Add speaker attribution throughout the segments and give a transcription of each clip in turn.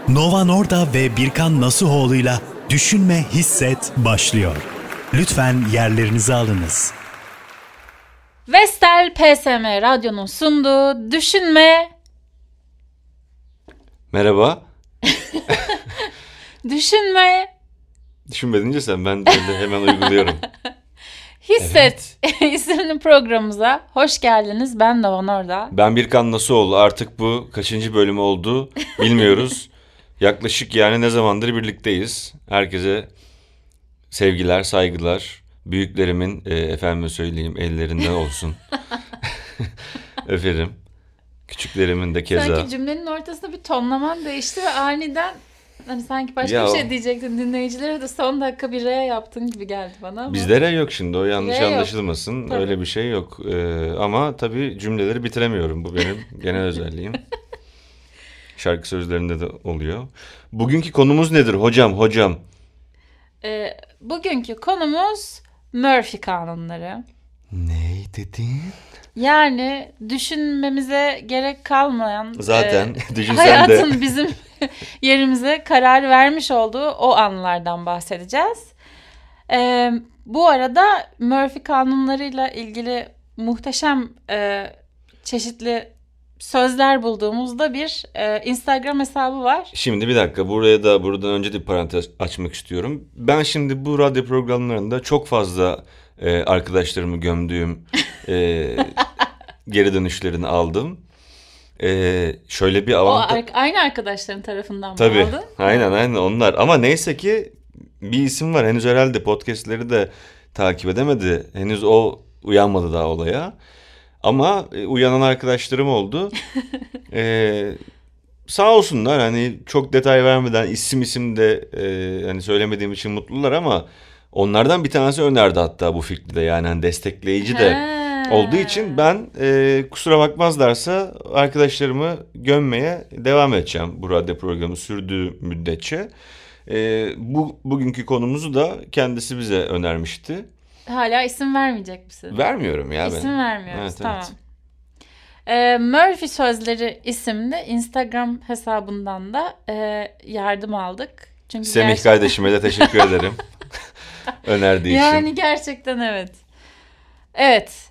Speaker 1: Nova Norda ve Birkan Nasuhoğlu'yla Düşünme Hisset başlıyor. Lütfen yerlerinizi alınız.
Speaker 2: Vestel PSM Radyo'nun sunduğu Düşünme...
Speaker 1: Merhaba.
Speaker 2: Düşünme...
Speaker 1: Düşünme deyince sen, ben böyle hemen uyguluyorum.
Speaker 2: Hisset isimli programımıza hoş geldiniz. Ben Nova Norda.
Speaker 1: Ben Birkan Nasuhoğlu. Artık bu kaçıncı bölüm oldu bilmiyoruz. Yaklaşık yani ne zamandır birlikteyiz. Herkese sevgiler, saygılar. Büyüklerimin efendime söyleyeyim ellerinden olsun. Öperim. Küçüklerimin de keza.
Speaker 2: Sanki cümlenin ortasında bir tonlaman değişti ve aniden hani sanki başka bir şey diyecektin. Dinleyicilere de son dakika bir R yaptın gibi geldi bana ama.
Speaker 1: Bizde R yok şimdi, o yanlış
Speaker 2: R
Speaker 1: anlaşılmasın.
Speaker 2: yok.
Speaker 1: Öyle bir şey yok. Ama tabii cümleleri bitiremiyorum. Bu benim genel özelliğim. Şarkı sözlerinde de oluyor. Bugünkü konumuz nedir hocam?
Speaker 2: Bugünkü konumuz Murphy kanunları.
Speaker 1: Ne dedin?
Speaker 2: Yani düşünmemize gerek kalmayan,
Speaker 1: zaten düşünsen
Speaker 2: hayatın
Speaker 1: de
Speaker 2: bizim yerimize karar vermiş olduğu o anlardan bahsedeceğiz. Bu arada Murphy kanunlarıyla ilgili muhteşem çeşitli sözler bulduğumuzda bir Instagram hesabı var.
Speaker 1: Şimdi bir dakika, buradan önce de bir parantez açmak istiyorum. Ben şimdi bu radyo programlarında çok fazla arkadaşlarımı gömdüğüm geri dönüşlerini aldım. Şöyle bir avantaj.
Speaker 2: Aynı arkadaşların tarafından mı
Speaker 1: Tabii,
Speaker 2: aldın?
Speaker 1: aynen onlar. Ama neyse ki bir isim var. Henüz herhalde podcastleri de takip edemedi. Henüz o uyanmadı daha olaya. Ama uyanan arkadaşlarım oldu. Sağ olsunlar, hani çok detay vermeden isim de hani söylemediğim için mutlular ama onlardan bir tanesi önerdi hatta bu fikri de, yani hani destekleyici de olduğu için ben kusura bakmazlarsa arkadaşlarımı gömmeye devam edeceğim bu radyo programı sürdüğü müddetçe. Bugünkü konumuzu da kendisi bize önermişti.
Speaker 2: Hala isim vermeyecek misin?
Speaker 1: Vermiyorum ya ben.
Speaker 2: İsim vermiyoruz,
Speaker 1: evet,
Speaker 2: tamam.
Speaker 1: Evet.
Speaker 2: Murphy Sözleri isimli Instagram hesabından da yardım aldık. Çünkü
Speaker 1: Semih kardeşime de teşekkür ederim önerdiği için.
Speaker 2: Yani gerçekten evet. Evet.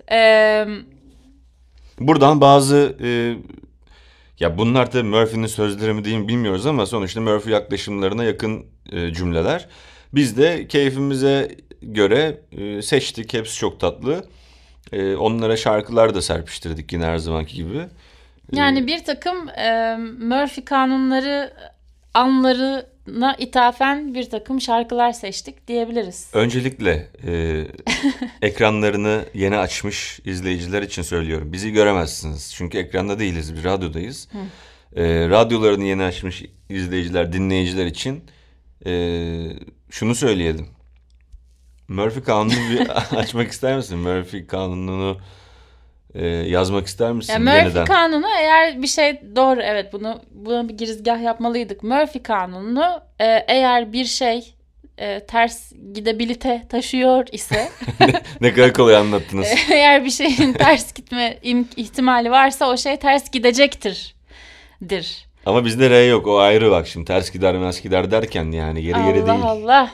Speaker 1: Buradan bazı ya bunlar tabii Murphy'nin sözleri mi diyeyim bilmiyoruz ama sonuçta Murphy yaklaşımlarına yakın cümleler. Biz de keyfimize göre seçtik. Hepsi çok tatlı. Onlara şarkılar da serpiştirdik yine her zamanki gibi.
Speaker 2: Yani bir takım Murphy kanunları anlarına ithafen bir takım şarkılar seçtik diyebiliriz.
Speaker 1: Öncelikle ekranlarını yeni açmış izleyiciler için söylüyorum. Bizi göremezsiniz çünkü ekranda değiliz, bir radyodayız. Radyolarını yeni açmış izleyiciler, dinleyiciler için şunu söyleyelim. Murphy kanununu bir açmak ister misin? Murphy kanununu yazmak ister misin?
Speaker 2: Yani Murphy kanunu, eğer bir şey doğru, evet, buna bir girizgah yapmalıydık. Murphy kanunu eğer bir şey ters gidebilite taşıyor ise
Speaker 1: ne kadar kolay anlattınız.
Speaker 2: Eğer bir şeyin ters gitme ihtimali varsa o şey ters gidecektir.
Speaker 1: Ama bizde R yok, o ayrı, bak şimdi ters gider derken yani geri değil.
Speaker 2: Allah Allah.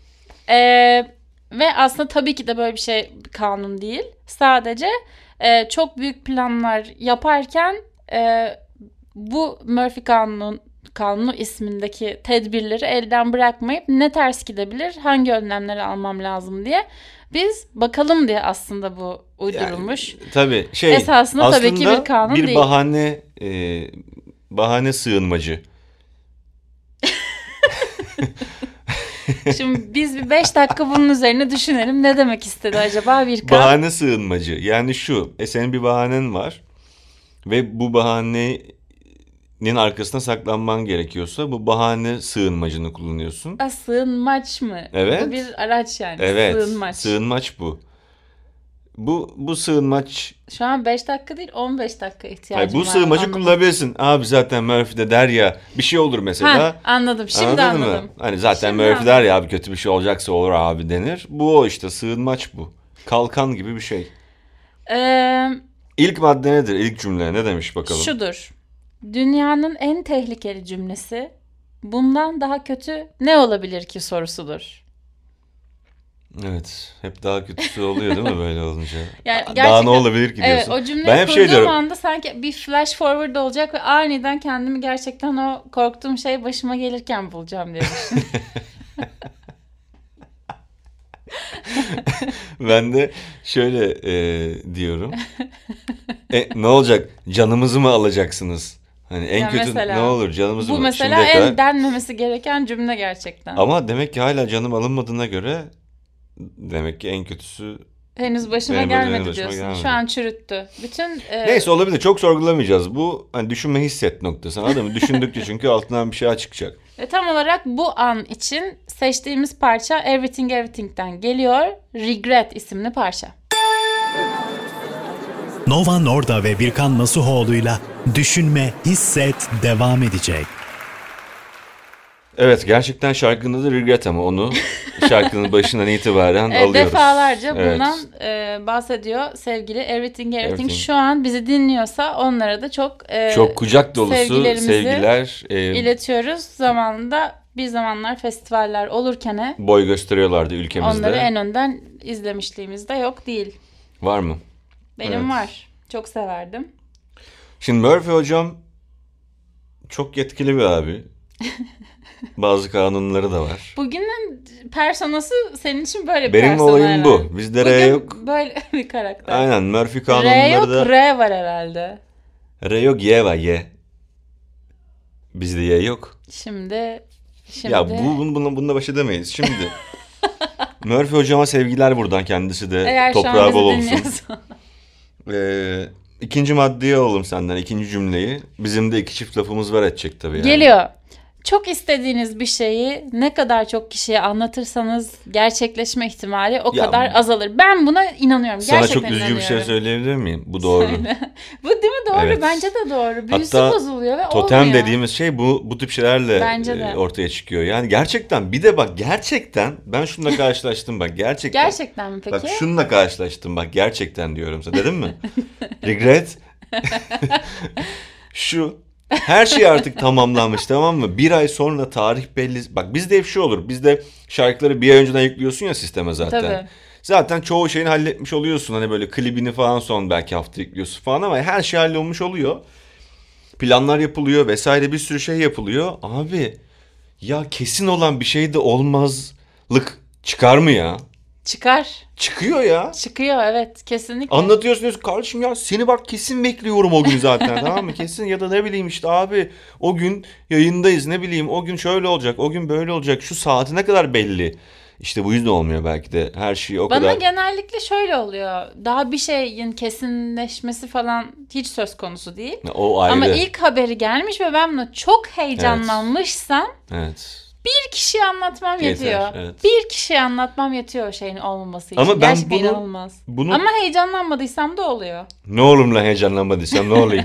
Speaker 2: Ve aslında tabii ki de böyle bir şey kanun değil. Sadece çok büyük planlar yaparken bu Murphy kanunu ismindeki tedbirleri elden bırakmayıp ne ters gidebilir, hangi önlemleri almam lazım diye biz bakalım diye aslında bu uydurulmuş.
Speaker 1: Yani, tabii
Speaker 2: esasında tabii ki bir kanun
Speaker 1: bir
Speaker 2: değil.
Speaker 1: Bahane sığınmacı.
Speaker 2: Şimdi biz bir 5 dakika bunun üzerine düşünelim. Ne demek istedi acaba Birkan?
Speaker 1: Bahane sığınmacı. Yani şu, senin bir bahanen var ve bu bahanenin arkasına saklanman gerekiyorsa bu bahane sığınmacını kullanıyorsun.
Speaker 2: Sığınmaç mı?
Speaker 1: Evet.
Speaker 2: Bu bir araç yani.
Speaker 1: Evet.
Speaker 2: Sığınmaç.
Speaker 1: Sığınmaç bu. Bu sığınmaç.
Speaker 2: Şu an 5 dakika değil 15 dakika ihtiyacım
Speaker 1: var. Bu sığınmacı kullanabilirsin. Abi zaten Murphy de der ya, bir şey olur mesela.
Speaker 2: Anladım. Şimdi anladım.
Speaker 1: Mı? Hani zaten şimdi Murphy der ya, abi kötü bir şey olacaksa olur abi denir. Bu o işte, sığınmaç bu. Kalkan gibi bir şey. İlk madde nedir? İlk cümle ne demiş bakalım?
Speaker 2: Şudur. Dünyanın en tehlikeli cümlesi bundan daha kötü ne olabilir ki sorusudur.
Speaker 1: Evet. Hep daha kötüsü oluyor değil mi böyle olunca?
Speaker 2: Yani
Speaker 1: Daha
Speaker 2: gerçekten,
Speaker 1: ne olabilir ki
Speaker 2: evet,
Speaker 1: diyorsun.
Speaker 2: o cümleyi
Speaker 1: Ben hep şey
Speaker 2: kurduğum
Speaker 1: diyorum.
Speaker 2: anda sanki bir flash forward olacak ve aniden kendimi gerçekten o korktuğum şey başıma gelirken bulacağım diye düşünüyorum.
Speaker 1: Ben de şöyle diyorum. Ne olacak? Canımızı mı alacaksınız? Hani en
Speaker 2: Ya
Speaker 1: kötü
Speaker 2: mesela,
Speaker 1: ne olur? Canımızı
Speaker 2: bu
Speaker 1: mı?
Speaker 2: mesela
Speaker 1: Şimdiye kadar.
Speaker 2: en denmemesi gereken cümle gerçekten.
Speaker 1: Ama demek ki hala canım alınmadığına göre demek ki en kötüsü
Speaker 2: Henüz başıma
Speaker 1: benim
Speaker 2: gelmedi
Speaker 1: başıma
Speaker 2: diyorsun.
Speaker 1: gelmedi.
Speaker 2: Şu an çürüttü. Bütün
Speaker 1: Neyse olabilir. Çok sorgulamayacağız. Bu hani düşünme hisset noktası. Anladın mı? Düşündükçe çünkü altından bir şey çıkacak.
Speaker 2: ve tam olarak bu an için seçtiğimiz parça Everything Everything'den geliyor. Regret isimli parça.
Speaker 3: Nova Norda ve Birkan Nasuhoğlu'yla Düşünme, Hisset devam edecek.
Speaker 1: Evet, gerçekten şarkının adı Regret ama onu şarkının başından itibaren alıyoruz.
Speaker 2: Defalarca
Speaker 1: Evet.
Speaker 2: bundan bahsediyor sevgili Everything Everything.
Speaker 1: Everything.
Speaker 2: Şu an bizi dinliyorsa onlara da çok
Speaker 1: Çok kucak dolusu
Speaker 2: sevgilerimizi
Speaker 1: sevgiler.
Speaker 2: iletiyoruz. Zamanında bir zamanlar festivaller olurken
Speaker 1: Boy gösteriyorlardı ülkemizde.
Speaker 2: onları en önden izlemişliğimiz de yok değil.
Speaker 1: Var mı?
Speaker 2: Benim
Speaker 1: Evet.
Speaker 2: var. Çok severdim.
Speaker 1: Şimdi Murphy hocam çok yetkili bir abi. Bazı kanunları da var.
Speaker 2: Bugünün personası senin için böyle bir
Speaker 1: Benim
Speaker 2: persona
Speaker 1: olayım
Speaker 2: herhalde.
Speaker 1: bu. Bizde R
Speaker 2: Bugün
Speaker 1: yok.
Speaker 2: böyle bir karakter.
Speaker 1: Aynen Murphy
Speaker 2: R
Speaker 1: kanunları
Speaker 2: yok,
Speaker 1: da.
Speaker 2: R var herhalde.
Speaker 1: R yok, Y var, Y. Bizde Y yok.
Speaker 2: Şimdi
Speaker 1: Ya bununla baş edemeyiz. Şimdi Murphy hocama sevgiler buradan, kendisi de
Speaker 2: eğer şu an
Speaker 1: toprağı
Speaker 2: bizi
Speaker 1: bol olsun.
Speaker 2: dinliyorsan.
Speaker 1: İkinci maddeyi alalım senden, ikinci cümleyi. Bizim de iki çift lafımız var edecek tabii yani.
Speaker 2: Geliyor. Çok istediğiniz bir şeyi ne kadar çok kişiye anlatırsanız gerçekleşme ihtimali o
Speaker 1: Ya,
Speaker 2: kadar azalır. Ben buna inanıyorum.
Speaker 1: Sana
Speaker 2: Gerçekten
Speaker 1: çok üzücü bir şey
Speaker 2: inanıyorum.
Speaker 1: söyleyebilir miyim? Bu doğru.
Speaker 2: Söyle. Bu değil mi doğru?
Speaker 1: Evet.
Speaker 2: Bence de doğru. Büyüsü
Speaker 1: Hatta
Speaker 2: bozuluyor ve
Speaker 1: Totem
Speaker 2: olmuyor.
Speaker 1: dediğimiz şey bu tip şeylerle
Speaker 2: Bence de.
Speaker 1: ortaya çıkıyor. Yani gerçekten bir de bak, gerçekten ben şununla karşılaştım bak, gerçekten.
Speaker 2: Gerçekten mi peki?
Speaker 1: Bak şununla karşılaştım bak, gerçekten diyorum sana, dedim mi? Regret. Şu. Her şey artık tamamlanmış, tamam mı? Bir ay sonra tarih belli. Bak bizde hep şu olur. Bizde şarkıları bir ay önceden yüklüyorsun ya sisteme zaten.
Speaker 2: Tabii.
Speaker 1: Zaten çoğu şeyini halletmiş oluyorsun. Hani böyle klibini falan son belki hafta yüklüyorsun falan ama her şey hallolmuş oluyor. Planlar yapılıyor vesaire, bir sürü şey yapılıyor. Abi ya kesin olan bir şey de olmazlık çıkar mı ya?
Speaker 2: Çıkar.
Speaker 1: Çıkıyor ya.
Speaker 2: Çıkıyor, evet, kesinlikle.
Speaker 1: Anlatıyorsun, diyorsun kardeşim ya seni bak kesin bekliyorum o gün zaten tamam mı? Kesin, ya da ne bileyim işte abi o gün yayındayız, ne bileyim o gün şöyle olacak, o gün böyle olacak, şu saati ne kadar belli. İşte bu yüzden olmuyor belki de her şey o
Speaker 2: Bana
Speaker 1: kadar.
Speaker 2: genellikle şöyle oluyor. Daha bir şeyin kesinleşmesi falan hiç söz konusu değil.
Speaker 1: O ayrı.
Speaker 2: Ama ilk haberi gelmiş ve ben buna çok heyecanlanmışsam
Speaker 1: Evet.
Speaker 2: bir kişiye anlatmam
Speaker 1: Yeter,
Speaker 2: yetiyor.
Speaker 1: evet.
Speaker 2: Bir kişiye anlatmam yetiyor o şeyin olmaması için.
Speaker 1: Ama ben
Speaker 2: Gerçekten
Speaker 1: bunu-
Speaker 2: inanılmaz.
Speaker 1: Bunu
Speaker 2: Ama heyecanlanmadıysam da oluyor.
Speaker 1: ne olur lan heyecanlanmadıysam ne olayım?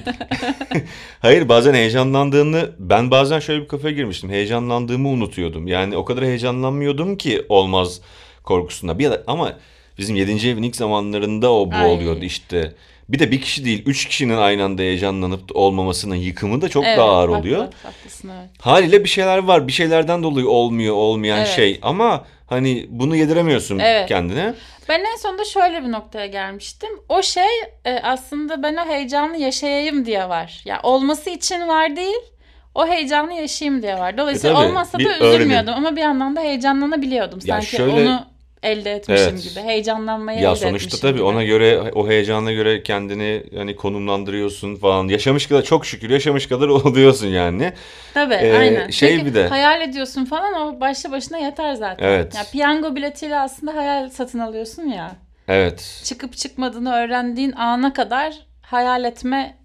Speaker 1: Hayır, bazen heyecanlandığını, ben bazen şöyle bir kafaya girmiştim. Heyecanlandığımı unutuyordum. Yani o kadar heyecanlanmıyordum ki olmaz korkusunda. Ama bizim 7. evin ilk zamanlarında bu
Speaker 2: Ay.
Speaker 1: oluyordu işte. Bir de bir kişi değil 3 kişinin aynı anda heyecanlanıp olmamasının yıkımı da çok
Speaker 2: Evet,
Speaker 1: daha ağır oluyor.
Speaker 2: Haklısın, evet.
Speaker 1: Haliyle bir şeyler var. Bir şeylerden dolayı olmayan
Speaker 2: Evet.
Speaker 1: şey. Ama hani bunu yediremiyorsun
Speaker 2: Evet.
Speaker 1: kendine.
Speaker 2: Ben en sonunda şöyle bir noktaya gelmiştim. O şey aslında ben o heyecanı yaşayayım diye var. Ya olması için var değil. O heyecanı yaşayayım diye var. Dolayısıyla
Speaker 1: tabii,
Speaker 2: olmasa
Speaker 1: bir
Speaker 2: da
Speaker 1: öğrenim.
Speaker 2: üzülmüyordum ama bir yandan da heyecanlanabiliyordum.
Speaker 1: Ya
Speaker 2: Sanki
Speaker 1: şöyle-
Speaker 2: onu elde etmişim
Speaker 1: Evet.
Speaker 2: gibi. Heyecanlanmayı
Speaker 1: Ya
Speaker 2: elde
Speaker 1: sonuçta
Speaker 2: etmişim
Speaker 1: tabii
Speaker 2: gibi.
Speaker 1: ona göre, o heyecana göre kendini hani konumlandırıyorsun falan. Yaşamış kadar, çok şükür yaşamış kadar oluyorsun yani.
Speaker 2: Tabii, aynen.
Speaker 1: şey
Speaker 2: Peki,
Speaker 1: bir de-
Speaker 2: hayal ediyorsun falan, o başlı başına yeter zaten.
Speaker 1: Evet.
Speaker 2: Ya piyango biletiyle aslında hayal satın alıyorsun ya.
Speaker 1: Evet.
Speaker 2: Çıkıp çıkmadığını öğrendiğin ana kadar hayal etme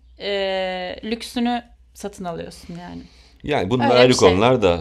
Speaker 2: lüksünü satın alıyorsun yani.
Speaker 1: Yani bunlar
Speaker 2: Öyle bir
Speaker 1: ayrı
Speaker 2: şey.
Speaker 1: konular da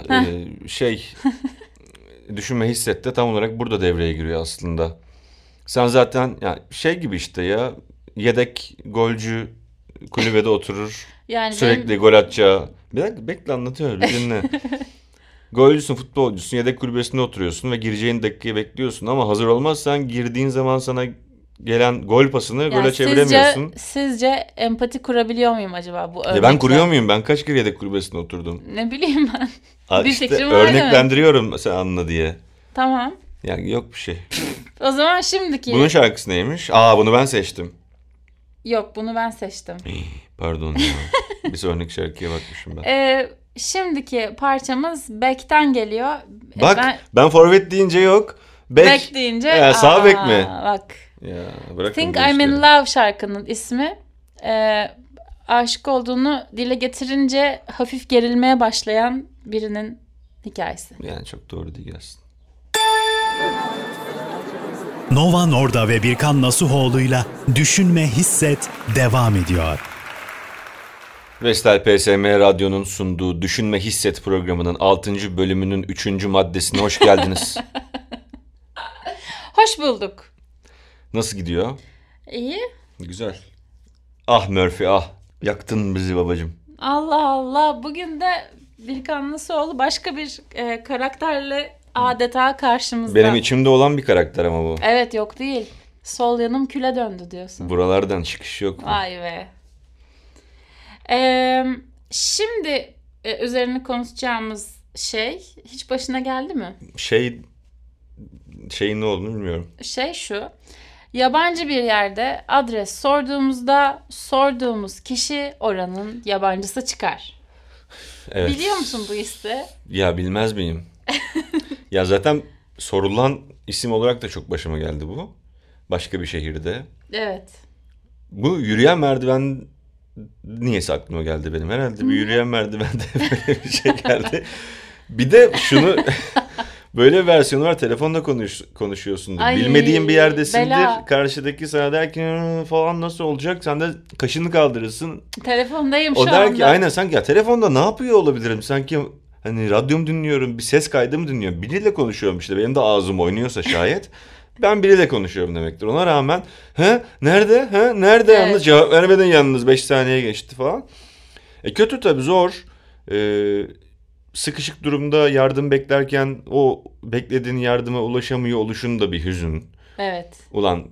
Speaker 1: düşünme hisset de tam olarak burada devreye giriyor aslında. Sen zaten ya şey gibi işte ya, yedek golcü kulübede oturur.
Speaker 2: Yani
Speaker 1: Sürekli
Speaker 2: benim-
Speaker 1: gol atacağı. Bir dakika bekle, anlatıyorum bir dinle. Golcüsün, futbolcusun, yedek kulübesinde oturuyorsun ve gireceğin dakikayı bekliyorsun ama hazır olmazsan girdiğin zaman sana gelen gol pasını
Speaker 2: yani
Speaker 1: gole çeviremiyorsun.
Speaker 2: Sizce empati kurabiliyor muyum acaba bu
Speaker 1: Ya
Speaker 2: örnekle?
Speaker 1: ben kuruyor muyum? Ben kaç kere yedek kulübesinde oturdum?
Speaker 2: Ne bileyim ben. Bir
Speaker 1: İşte
Speaker 2: fikrim var değil mi?
Speaker 1: örneklendiriyorum sen anla diye.
Speaker 2: Tamam.
Speaker 1: Ya yok bir şey.
Speaker 2: O zaman şimdiki...
Speaker 1: Bunun şarkısı neymiş? Bunu ben seçtim.
Speaker 2: Yok, bunu ben seçtim.
Speaker 1: Pardon ya. Bir sonraki şarkıya bakmışım ben.
Speaker 2: Şimdiki parçamız Beck'ten geliyor.
Speaker 1: Bak ben forvet deyince yok.
Speaker 2: Beck deyince...
Speaker 1: Sağ bek mi?
Speaker 2: Bak.
Speaker 1: Ya bırakın
Speaker 2: Think
Speaker 1: bu
Speaker 2: I'm in
Speaker 1: işleri.
Speaker 2: Love şarkının ismi. Aşık olduğunu dile getirince hafif gerilmeye başlayan birinin hikayesi.
Speaker 1: Yani çok doğru değil aslında.
Speaker 3: Nova Norda ve Birkan Nasuhoğlu'yla Düşünme Hisset devam ediyor.
Speaker 1: Vestel PSM Radyo'nun sunduğu Düşünme Hisset programının 6. bölümünün 3. maddesine hoş geldiniz.
Speaker 2: Hoş bulduk.
Speaker 1: Nasıl gidiyor?
Speaker 2: İyi.
Speaker 1: Güzel. Ah Murphy ah. Yaktın bizi babacığım.
Speaker 2: Allah Allah. Bugün de Birkan Nasuhoğlu başka bir karakterle adeta karşımızda.
Speaker 1: Benim içimde olan bir karakter ama bu.
Speaker 2: Evet, yok değil. Sol yanım küle döndü diyorsun.
Speaker 1: Buralardan çıkış yok mu?
Speaker 2: Vay be. Şimdi üzerine konuşacağımız şey hiç başına geldi mi?
Speaker 1: Şeyin ne olduğunu bilmiyorum.
Speaker 2: Şey şu. Yabancı bir yerde adres sorduğumuzda sorduğumuz kişi oranın yabancısı çıkar.
Speaker 1: Evet.
Speaker 2: Biliyor musun bu hissi?
Speaker 1: Ya bilmez miyim? Ya zaten sorulan isim olarak da çok başıma geldi bu. Başka bir şehirde.
Speaker 2: Evet.
Speaker 1: Bu yürüyen merdiven niyeyse aklıma geldi benim. Herhalde bir yürüyen merdivende böyle bir şey geldi. Bir de şunu böyle bir versiyonu var. Telefonda konuşuyorsundur.
Speaker 2: Ay,
Speaker 1: bilmediğin bir yerdesindir.
Speaker 2: bela.
Speaker 1: Karşıdaki sana der ki falan nasıl olacak? Sen de kaşını kaldırırsın.
Speaker 2: Telefondayım
Speaker 1: O
Speaker 2: şu
Speaker 1: der
Speaker 2: anda.
Speaker 1: ki aynen sanki ya telefonda ne yapıyor olabilirim? Sanki hani radyomu dinliyorum, bir ses kaydı mı dinliyorum? Biriyle konuşuyorum işte. Benim de ağzım oynuyorsa şayet. Ben biriyle konuşuyorum demektir. Ona rağmen nerede? Nerede
Speaker 2: Evet.
Speaker 1: yalnız? Cevap vermeden yalnız 5 saniye geçti falan. Kötü tabii zor. Sıkışık durumda yardım beklerken o beklediğin yardıma ulaşamıyor oluşun da bir hüzün.
Speaker 2: Evet.
Speaker 1: Ulan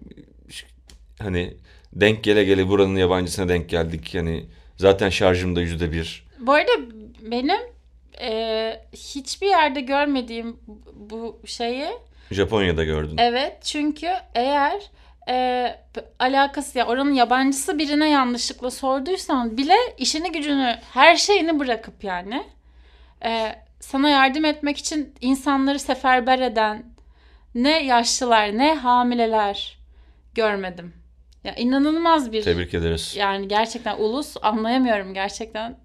Speaker 1: hani denk gele buranın yabancısına denk geldik. Yani zaten şarjım da %1.
Speaker 2: Bu arada benim hiçbir yerde görmediğim bu şeyi.
Speaker 1: Japonya'da gördün.
Speaker 2: Evet, çünkü eğer alakası ya oranın yabancısı birine yanlışlıkla sorduysan bile işini gücünü her şeyini bırakıp yani sana yardım etmek için insanları seferber eden ne yaşlılar ne hamileler görmedim. Ya inanılmaz bir.
Speaker 1: Tebrik ederiz.
Speaker 2: Yani gerçekten ulus, anlayamıyorum gerçekten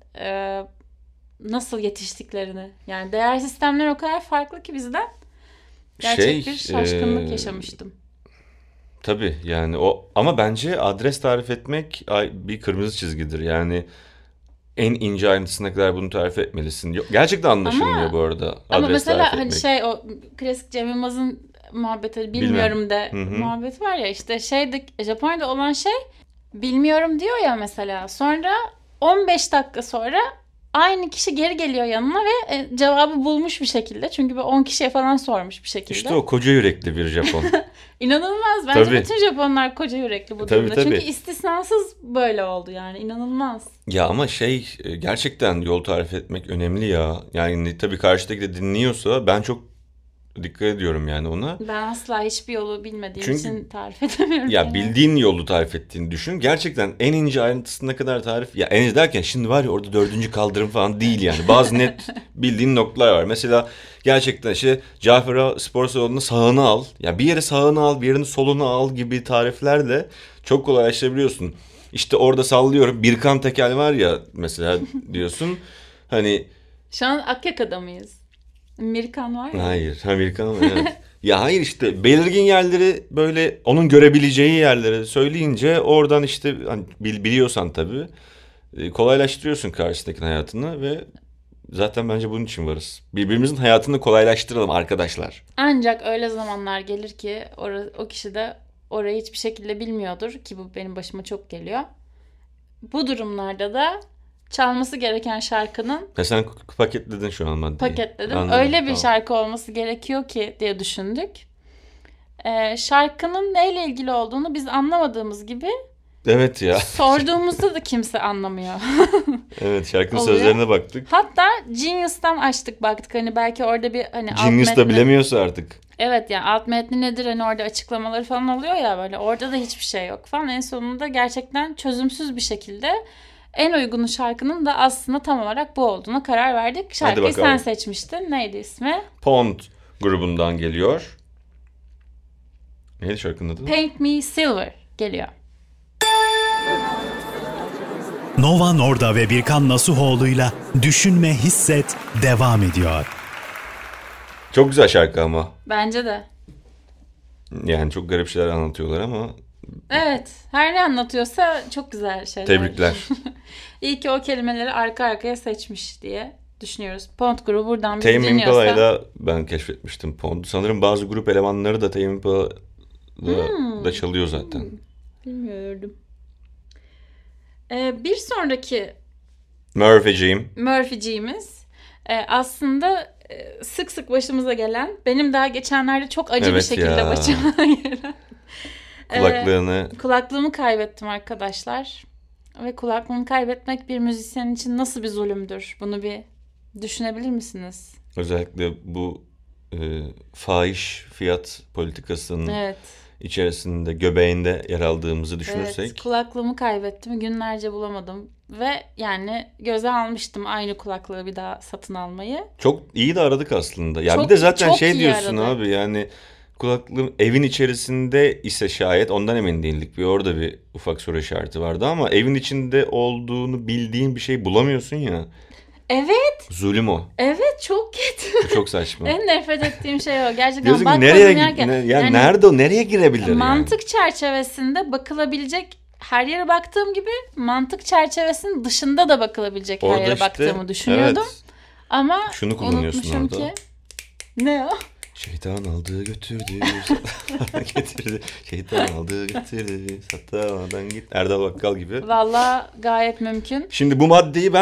Speaker 2: nasıl yetiştiklerini. Yani değer sistemleri o kadar farklı ki bizden. Gerçek bir şaşkınlık yaşamıştım.
Speaker 1: Tabii yani o ama bence adres tarif etmek bir kırmızı çizgidir. Yani en ince ayrıntısına kadar bunu tarif etmelisin. Gerçekten anlaşılmıyor bu arada
Speaker 2: Ama
Speaker 1: adres
Speaker 2: mesela
Speaker 1: tarif
Speaker 2: hani
Speaker 1: etmek.
Speaker 2: o klasik Cem Yılmaz'ın muhabbeti bilmiyorum de
Speaker 1: Hı-hı.
Speaker 2: muhabbet var ya işte Japonya'da olan şey bilmiyorum diyor ya mesela. Sonra 15 dakika sonra aynı kişi geri geliyor yanına ve cevabı bulmuş bir şekilde. Çünkü 10 kişiye falan sormuş bir şekilde.
Speaker 1: İşte o koca yürekli bir Japon.
Speaker 2: İnanılmaz. Bence
Speaker 1: Tabii.
Speaker 2: bütün Japonlar koca yürekli bu durumda. Çünkü istisnasız böyle oldu yani. İnanılmaz.
Speaker 1: Ya ama gerçekten yol tarif etmek önemli ya. Yani tabii karşıdaki de dinliyorsa ben çok dikkat ediyorum yani ona.
Speaker 2: Ben asla hiçbir yolu bilmediğim
Speaker 1: Çünkü,
Speaker 2: için tarif edemiyorum.
Speaker 1: Ya
Speaker 2: yani.
Speaker 1: bildiğin yolu tarif ettiğini düşün. Gerçekten en ince ayrıntısına kadar tarif. Ya en ince derken şimdi var ya orada 4. kaldırım falan değil yani. Bazı net bildiğin noktalar var. Mesela gerçekten Cafer Ağa Spor Salonu'nun sağını al. Ya bir yere sağını al, bir yerin solunu al gibi tariflerle çok kolaylaştırabiliyorsun. İşte orada sallıyorum. Birkan Tekel var ya mesela diyorsun. Hani
Speaker 2: Şu an Akyaka'da mıyız? Amerikan var ya.
Speaker 1: hayır. Amerikan ama evet. Ya hayır işte belirgin yerleri böyle onun görebileceği yerleri söyleyince oradan işte hani biliyorsan tabii kolaylaştırıyorsun karşıdakinin hayatını ve zaten bence bunun için varız. Birbirimizin hayatını kolaylaştıralım arkadaşlar.
Speaker 2: Ancak öyle zamanlar gelir ki o kişi de orayı hiçbir şekilde bilmiyordur ki bu benim başıma çok geliyor. Bu durumlarda da çalması gereken şarkının
Speaker 1: Sen paketledin şu an maddeyi.
Speaker 2: paketledim.
Speaker 1: Anladım,
Speaker 2: Öyle bir
Speaker 1: tamam.
Speaker 2: şarkı olması gerekiyor ki diye düşündük. Şarkının neyle ilgili olduğunu biz anlamadığımız gibi
Speaker 1: Evet ya.
Speaker 2: sorduğumuzda da kimse anlamıyor.
Speaker 1: Evet şarkının
Speaker 2: Oluyor.
Speaker 1: sözlerine baktık.
Speaker 2: Hatta Genius'tan açtık baktık. Hani belki orada bir hani
Speaker 1: Genius da bilemiyorsa artık.
Speaker 2: Evet yani alt metni nedir hani orada açıklamaları falan oluyor ya böyle. Orada da hiçbir şey yok falan. En sonunda gerçekten çözümsüz bir şekilde en uygun şarkının da aslında tam olarak bu olduğuna karar verdik. Şarkıyı sen seçmiştin. Neydi ismi?
Speaker 1: Pond grubundan geliyor. Neydi şarkının adı?
Speaker 2: Paint Me Silver geliyor.
Speaker 3: Nova Norda ve Birkan Nasuhoğlu'yla Düşünme Hisset devam ediyor.
Speaker 1: Çok güzel şarkı ama.
Speaker 2: Bence de.
Speaker 1: Yani çok garip şeyler anlatıyorlar ama.
Speaker 2: Evet. Her ne anlatıyorsa çok güzel şeyler.
Speaker 1: Tebrikler.
Speaker 2: İyi ki o kelimeleri arka arkaya seçmiş diye düşünüyoruz. Pond grubu buradan bizi
Speaker 1: Tame
Speaker 2: dinliyorsa.
Speaker 1: Impala'yı da ben keşfetmiştim Pond'u. Sanırım bazı grup elemanları da Tame Impala'da çalıyor zaten.
Speaker 2: Bilmiyordum. Bir sonraki Murphy'ciğimiz aslında sık sık başımıza gelen, benim daha geçenlerde çok acı bir şekilde başıma gelen kulaklığımı kaybettim arkadaşlar. Ve kulaklığımı kaybetmek bir müzisyen için nasıl bir zulümdür? Bunu bir düşünebilir misiniz?
Speaker 1: Özellikle bu fahiş fiyat politikasının içerisinde, göbeğinde yer aldığımızı düşünürsek.
Speaker 2: Evet, kulaklığımı kaybettim. Günlerce bulamadım. Ve yani göze almıştım aynı kulaklığı bir daha satın almayı.
Speaker 1: Çok iyi de aradık aslında. Ya bir de zaten şey diyorsun abi yani kulaklığım evin içerisinde ise şayet ondan emin değildik. Orada bir ufak soru işareti vardı ama evin içinde olduğunu bildiğin bir şey bulamıyorsun ya.
Speaker 2: Evet.
Speaker 1: Zulüm o.
Speaker 2: Evet çok kötü.
Speaker 1: Çok saçma.
Speaker 2: En nefret ettiğim şey o. Gerçekten
Speaker 1: diyorsun
Speaker 2: bakmadım
Speaker 1: yani nerede o? Nereye girebilir
Speaker 2: mantık çerçevesinde bakılabilecek her yere baktığım gibi mantık çerçevesinin dışında da bakılabilecek orada her yere baktığımı düşünüyordum. Evet. Ama
Speaker 1: şunu kullanıyorsun orada.
Speaker 2: Ki, ne o?
Speaker 1: Şeytan aldı götürdü, getirdi. Şeytan aldı götürdü, satamadan git. Erdal Bakkal gibi.
Speaker 2: Vallahi gayet mümkün.
Speaker 1: Şimdi bu maddeyi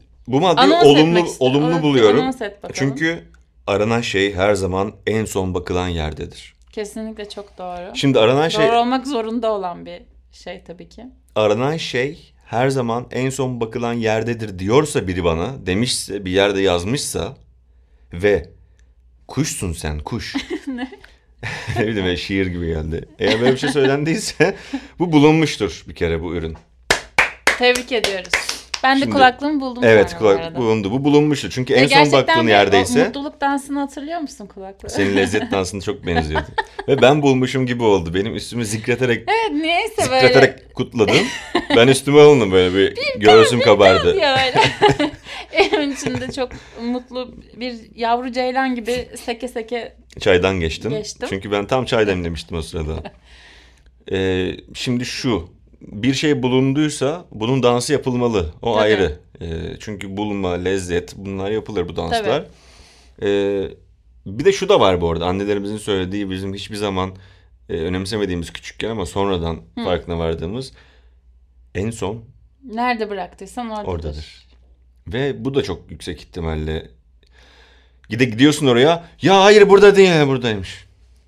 Speaker 1: olumlu buluyorum. Çünkü aranan şey her zaman en son bakılan yerdedir.
Speaker 2: Kesinlikle çok doğru.
Speaker 1: Şimdi aranan şey...
Speaker 2: Doğru olmak zorunda olan bir şey tabii ki.
Speaker 1: Aranan şey her zaman en son bakılan yerdedir diyorsa biri bana, demişse, bir yerde yazmışsa ve kuşsun sen, kuş.
Speaker 2: Ne?
Speaker 1: Ne bileyim şiir gibi geldi. Eğer böyle bir şey söylendiyse bu bulunmuştur bir kere bu ürün.
Speaker 2: Tebrik ediyoruz. Ben de kulaklığımı buldum.
Speaker 1: Evet kulaklık bulundu. Bu bulunmuştu. Çünkü en son baktığın yerdeyse.
Speaker 2: Gerçekten mutluluk dansını hatırlıyor musun kulaklığı?
Speaker 1: Senin lezzet dansını çok benziyordu. Ve ben bulmuşum gibi oldu. Benim üstümü zikreterek kutladım. Ben üstüme alındım böyle bir göğsüm kabardı.
Speaker 2: Evin içinde çok mutlu bir yavru ceylan gibi seke seke
Speaker 1: çaydan geçtim. Çünkü ben tam çay demlemiştim o sırada. Şimdi bir şey bulunduysa bunun dansı yapılmalı. O tabii. Ayrı. Çünkü bulma, lezzet bunlar yapılır bu danslar. Bir de şu da var bu arada. Annelerimizin söylediği bizim hiçbir zaman önemsemediğimiz küçükken ama sonradan farkına vardığımız en son
Speaker 2: nerede bıraktıysan oradadır.
Speaker 1: Ve bu da çok yüksek ihtimalle gidiyorsun oraya. Ya hayır burada değil, buradaymış.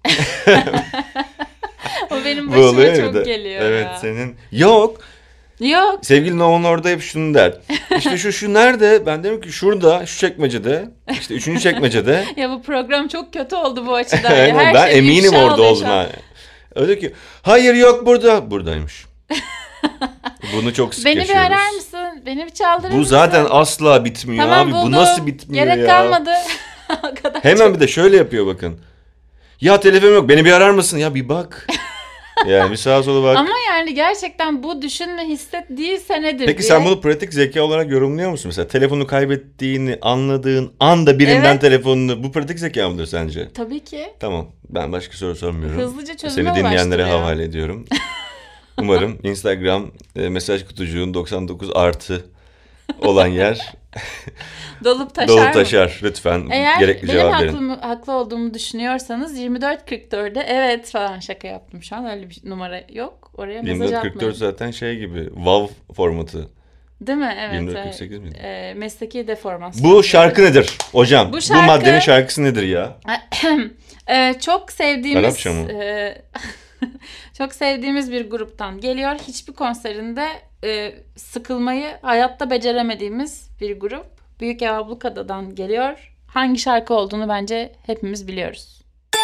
Speaker 2: O benim başıma çok geliyor
Speaker 1: evet, ya. Senin yok. Sevgilin onun orada hep şunu der. İşte şu nerede? Ben dedim ki şurada, şu çekmecede. İşte 3. çekmecede.
Speaker 2: Ya bu program çok kötü oldu bu açıdan.
Speaker 1: Her ben şey eminim orada olduğuna. Öyle ki hayır yok burada. Buradaymış. Bunu çok sık yaşıyoruz.
Speaker 2: Beni bir arar mısın? Beni bir çaldırır mısın?
Speaker 1: Bu zaten asla bitmiyor tamam, abi. Buldum. Bu nasıl bitmiyor
Speaker 2: Gerek
Speaker 1: ya?
Speaker 2: Gerek kalmadı.
Speaker 1: Hemen bir de şöyle yapıyor bakın. Ya telefon yok. Beni bir arar mısın? Ya bir bak. Yani bir sağa sola bak.
Speaker 2: Ama yani gerçekten bu düşünme hisset değilse nedir
Speaker 1: Peki diye. Sen bunu pratik zeka olarak yorumluyor musun? Mesela telefonu kaybettiğini anladığın anda birinden telefonunu. Bu pratik zeka mıdır sence?
Speaker 2: Tabii ki.
Speaker 1: Tamam. Ben başka soru sormuyorum.
Speaker 2: Hızlıca çözüme
Speaker 1: seni dinleyenlere havale ediyorum. Umarım Instagram mesaj kutucuğun 99 artı olan yer
Speaker 2: dolup
Speaker 1: taşar. Lütfen gerekli cevap verin.
Speaker 2: Eğer benim haklı olduğumu düşünüyorsanız 24.44'de evet falan şaka yaptım şu an. Öyle bir numara yok. Oraya mesaj atmayın.
Speaker 1: 24.44 zaten şey gibi WoW formatı.
Speaker 2: Değil mi? Evet.
Speaker 1: 24.48 miydi?
Speaker 2: Mesleki deformasyon.
Speaker 1: Bu şarkı nedir hocam? Bu maddenin şarkısı nedir ya?
Speaker 2: Çok sevdiğimiz...
Speaker 1: Arapça mı?
Speaker 2: Çok sevdiğimiz bir gruptan geliyor. Hiçbir konserinde sıkılmayı hayatta beceremediğimiz bir grup. Büyük Ev Ablukada'dan geliyor. Hangi şarkı olduğunu bence hepimiz biliyoruz.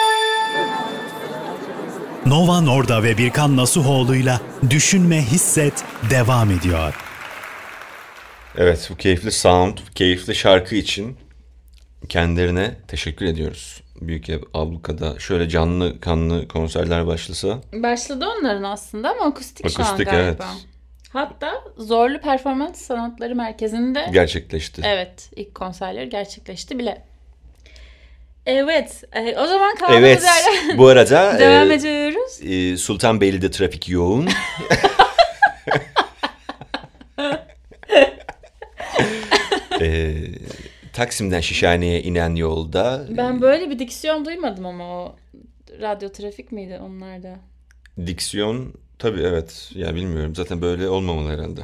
Speaker 3: Nova Norda ve Birkan Nasuhoğlu'yla Düşünme Hisset devam ediyor.
Speaker 1: Evet, bu keyifli sound, keyifli şarkı için kendilerine teşekkür ediyoruz. Büyük Ev Ablukada şöyle canlı kanlı konserler başlasa.
Speaker 2: Başladı onların aslında ama akustik şu an
Speaker 1: Akustik,
Speaker 2: galiba.
Speaker 1: evet.
Speaker 2: Hatta Zorlu Performans Sanatları Merkezi'nde
Speaker 1: Gerçekleşti.
Speaker 2: evet ilk konserleri gerçekleşti bile. Evet, o zaman kaldığımız
Speaker 1: Evet,
Speaker 2: yerden
Speaker 1: bu arada
Speaker 2: devam ediyoruz.
Speaker 1: Sultanbeyli'de trafik yoğun. Taksim'den Şişhane'ye inen yolda.
Speaker 2: Ben böyle bir diksiyon duymadım ama o radyo trafik miydi onlarda?
Speaker 1: Diksiyon tabii evet. Ya bilmiyorum. Zaten böyle olmamalı herhalde.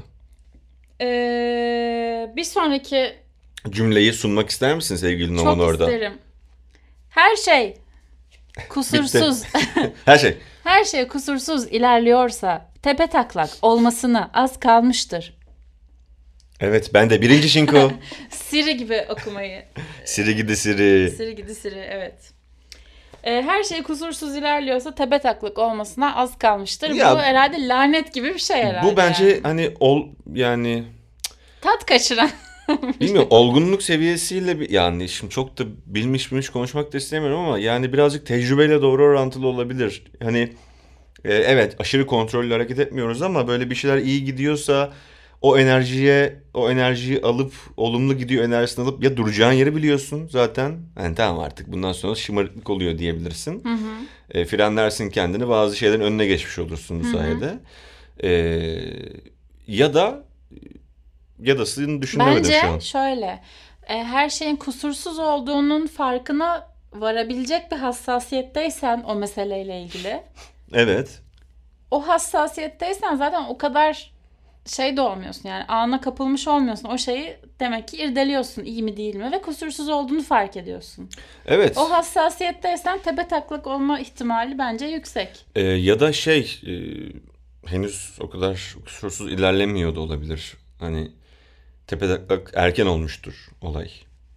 Speaker 2: Bir sonraki
Speaker 1: Cümleyi sunmak ister misin sevgili Noman
Speaker 2: çok
Speaker 1: orada?
Speaker 2: isterim. Her şey kusursuz.
Speaker 1: Her şey.
Speaker 2: Her şey kusursuz ilerliyorsa tepetaklak olmasına az kalmıştır.
Speaker 1: Evet, ben de birinci şinko.
Speaker 2: Siri gibi okumayı.
Speaker 1: Siri gidi Siri.
Speaker 2: Siri gidi Siri, evet. Her şey kusursuz ilerliyorsa tepetaklak olmasına az kalmıştır.
Speaker 1: Ya,
Speaker 2: bu herhalde lanet gibi bir şey herhalde.
Speaker 1: Bu bence hani yani
Speaker 2: tat kaçıran.
Speaker 1: bilmiyorum, olgunluk seviyesiyle yani şimdi çok da bilmiş konuşmak da istemiyorum ama yani birazcık tecrübeyle doğru orantılı olabilir. Hani evet, aşırı kontrollü hareket etmiyoruz ama böyle bir şeyler iyi gidiyorsa o enerjiyi alıp olumlu gidiyor enerjisini alıp ya duracağın yeri biliyorsun zaten. Yani tamam, artık bundan sonra şımarıklık oluyor diyebilirsin.
Speaker 2: Hı hı.
Speaker 1: Frenlersin kendini, bazı şeylerin önüne geçmiş olursun bu sayede. Ya da düşünemedim
Speaker 2: bence
Speaker 1: şu an.
Speaker 2: şöyle, her şeyin kusursuz olduğunun farkına varabilecek bir hassasiyetteysen o meseleyle ilgili.
Speaker 1: Evet.
Speaker 2: O hassasiyetteysen zaten o kadar şey de olmuyorsun, yani ana kapılmış olmuyorsun. O şeyi demek ki irdeliyorsun, iyi mi değil mi, ve kusursuz olduğunu fark ediyorsun.
Speaker 1: Evet.
Speaker 2: O hassasiyetteysen tepetaklak olma ihtimali bence yüksek.
Speaker 1: Ya da henüz o kadar kusursuz ilerlemiyor da olabilir. Hani tepetaklak erken olmuştur olay.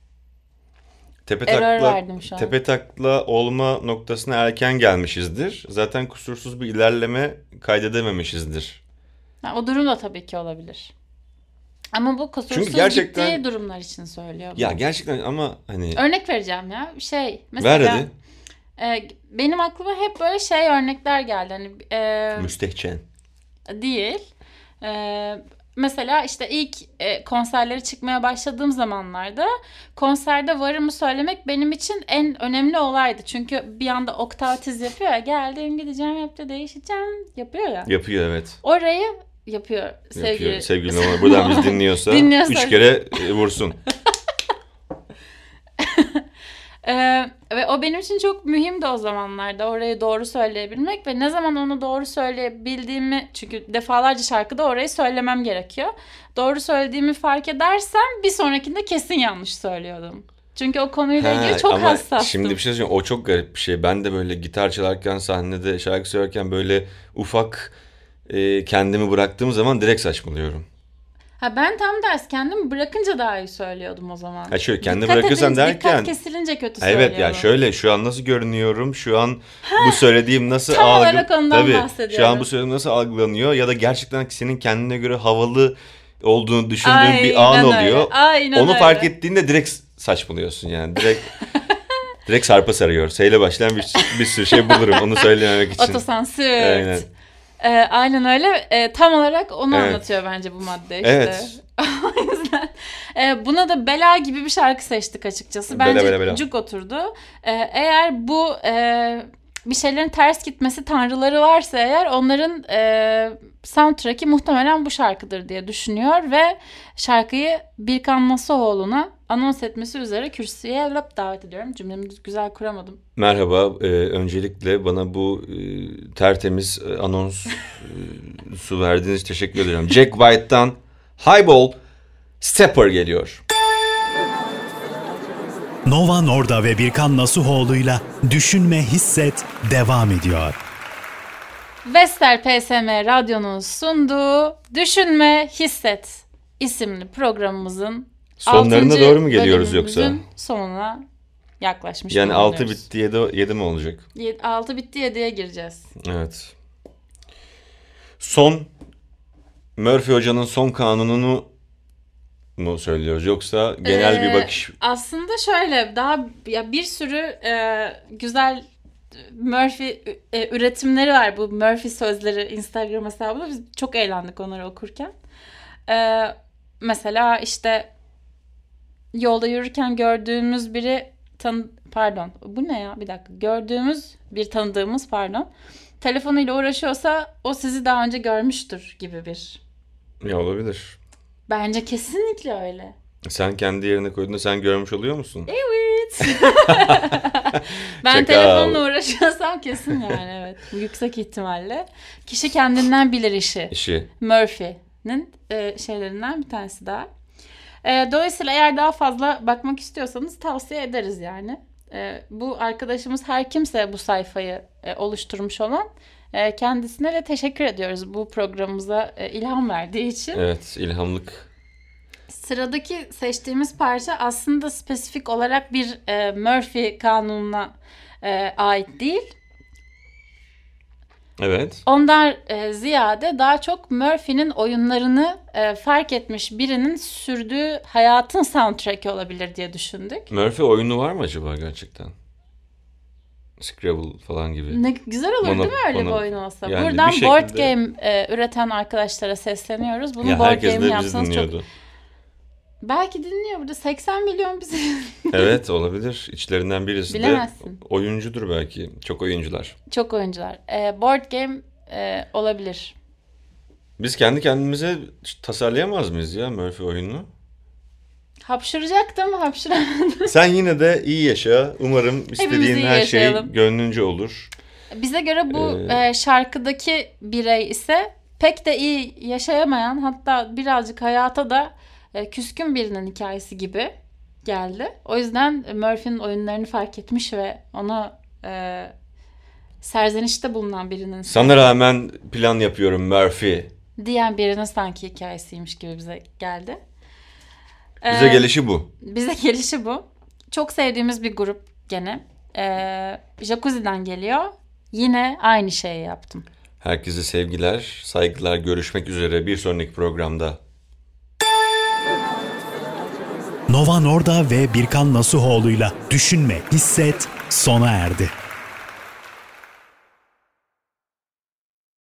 Speaker 2: Error verdim şu an.
Speaker 1: Tepetakla olma noktasına erken gelmişizdir. Zaten kusursuz bir ilerleme kaydedememişizdir.
Speaker 2: O durum da tabii ki olabilir. Ama bu kusursuz
Speaker 1: Çünkü gerçekten
Speaker 2: gittiği durumlar için söylüyor.
Speaker 1: Ya gerçekten ama hani
Speaker 2: örnek vereceğim ya. Mesela
Speaker 1: ver hadi.
Speaker 2: Benim aklıma hep böyle örnekler geldi. Hani
Speaker 1: Müstehcen.
Speaker 2: değil. Mesela işte ilk konserlere çıkmaya başladığım zamanlarda konserde varımı söylemek benim için en önemli olaydı. Çünkü bir anda oktav tiz yapıyor ya. Geldim gideceğim hep de değişeceğim yapıyor ya.
Speaker 1: Yapıyor, evet.
Speaker 2: Orayı yapıyor sevgili.
Speaker 1: Sevgili Noman buradan biz dinliyorsa 3 kere vursun.
Speaker 2: Ve o benim için çok mühimdi o zamanlarda, orayı doğru söyleyebilmek ve ne zaman onu doğru söyleyebildiğimi, çünkü defalarca şarkıda orayı söylemem gerekiyor. Doğru söylediğimi fark edersem bir sonrakinde kesin yanlış söylüyordum. Çünkü o konuyla ilgili çok hassastım.
Speaker 1: Ama şimdi bir şey söyleyeceğim, o çok garip bir şey. Ben de böyle gitar çalarken, sahnede şarkı söylerken böyle ufak kendimi bıraktığım zaman direkt saçmalıyorum.
Speaker 2: Ben tam tersi, kendimi bırakınca daha iyi söylüyordum o zaman.
Speaker 1: Şöyle kendimi bırakırsan derken.
Speaker 2: Dikkat kesilince kötü söylüyorum.
Speaker 1: Evet ya, şöyle şu an nasıl görünüyorum, şu an bu söylediğim nasıl
Speaker 2: tam olarak ondan bahsediyorum.
Speaker 1: Şu an bu söylediğim nasıl algılanıyor ya da gerçekten senin kendine göre havalı olduğunu düşündüğün bir an oluyor. Onu fark ettiğinde direkt saçmalıyorsun yani. Direkt sarpa sarıyor. Seyle başlayan bir sürü şey bulurum onu söylememek için.
Speaker 2: Otosansür. Aynen. Aynen öyle. Tam olarak onu anlatıyor bence bu madde işte.
Speaker 1: Evet.
Speaker 2: O yüzden buna da Bela gibi bir şarkı seçtik açıkçası. Bence
Speaker 1: Bela.
Speaker 2: cuk oturdu. Eğer bu bir şeylerin ters gitmesi tanrıları varsa eğer, onların soundtrack'i muhtemelen bu şarkıdır diye düşünüyor ve şarkıyı Birkan Nasuhoğlu'na anons etmesi üzere kürsüye davet ediyorum. Cümlemi güzel kuramadım.
Speaker 1: Merhaba. Öncelikle bana bu tertemiz anonsu verdiğiniz için teşekkür ederim. Jack White'tan Highball Stepper geliyor.
Speaker 3: Nova Norda ve Birkan Nasuhoğlu'yla Düşünme Hisset devam ediyor.
Speaker 2: Vestel PSM Radyo'nun sunduğu Düşünme Hisset isimli programımızın
Speaker 1: Sonlarına
Speaker 2: 6.
Speaker 1: doğru mu geliyoruz yoksa?
Speaker 2: bölümümüzün sonuna yaklaşmış
Speaker 1: Yani 6
Speaker 2: bulunuyoruz.
Speaker 1: bitti 7 mi olacak?
Speaker 2: 6 bitti 7'ye gireceğiz.
Speaker 1: Evet. Son Murphy Hoca'nın son kanununu mu söylüyoruz yoksa genel bir bakış?
Speaker 2: Aslında şöyle daha ya bir sürü güzel Murphy üretimleri var. Bu Murphy sözleri Instagram hesabında biz çok eğlendik onları okurken. Mesela işte yolda yürürken gördüğümüz biri bu ne ya? Bir dakika. Gördüğümüz bir tanıdığımız telefonuyla uğraşıyorsa o sizi daha önce görmüştür gibi bir.
Speaker 1: Ya olabilir.
Speaker 2: Bence kesinlikle öyle.
Speaker 1: Sen kendi yerine koyduğunda sen görmüş oluyor musun?
Speaker 2: Evet. Ben
Speaker 1: Çakal.
Speaker 2: telefonla uğraşıyorsam kesin yani evet. Yüksek ihtimalle. Kişi kendinden bilir işi. Murphy'nin şeylerinden bir tanesi daha. Dolayısıyla eğer daha fazla bakmak istiyorsanız tavsiye ederiz yani. Bu arkadaşımız her kimse bu sayfayı oluşturmuş olan kendisine de teşekkür ediyoruz bu programımıza ilham verdiği için.
Speaker 1: Evet, ilhamlık.
Speaker 2: Sıradaki seçtiğimiz parça aslında spesifik olarak bir Murphy kanununa ait değil.
Speaker 1: Evet.
Speaker 2: Ondan ziyade daha çok Murphy'nin oyunlarını fark etmiş birinin sürdüğü hayatın soundtrack'i olabilir diye düşündük.
Speaker 1: Murphy oyunu var mı acaba gerçekten? Scrabble falan gibi.
Speaker 2: Ne güzel olur değil mi öyle bir oyun olsa?
Speaker 1: Yani
Speaker 2: buradan
Speaker 1: şekilde...
Speaker 2: board game üreten arkadaşlara sesleniyoruz. Bunu
Speaker 1: ya
Speaker 2: board
Speaker 1: herkes
Speaker 2: game
Speaker 1: de bizi
Speaker 2: yapsanız
Speaker 1: dinliyordu.
Speaker 2: çok... Belki dinliyor burada 80 milyon bizi.
Speaker 1: Evet olabilir. İçlerinden birisi
Speaker 2: Bilemezsin.
Speaker 1: de oyuncudur belki. Çok oyuncular.
Speaker 2: Çok oyuncular. Board game olabilir.
Speaker 1: Biz kendi kendimize tasarlayamaz mıyız ya Murphy oyununu?
Speaker 2: Hapşıracaktım, hapşıramadım.
Speaker 1: Sen yine de iyi yaşa. Umarım istediğin
Speaker 2: iyi
Speaker 1: her şey
Speaker 2: yaşayalım.
Speaker 1: gönlünce olur.
Speaker 2: Bize göre bu şarkıdaki birey ise pek de iyi yaşayamayan, hatta birazcık hayata da küskün birinin hikayesi gibi geldi. O yüzden Murphy'nin oyunlarını fark etmiş ve ona serzenişte bulunan birinin...
Speaker 1: Sana rağmen plan yapıyorum Murphy.
Speaker 2: Diyen birinin sanki hikayesiymiş gibi bize geldi.
Speaker 1: Bize gelişi bu.
Speaker 2: Bize gelişi bu. Çok sevdiğimiz bir grup gene. Jacuzzi'den geliyor. Yine aynı şeyi yaptım.
Speaker 1: Herkese sevgiler, saygılar. Görüşmek üzere bir sonraki programda.
Speaker 3: Nova Norda ve Birkan Nasuhoğlu'yla Düşünme, Hisset sona erdi.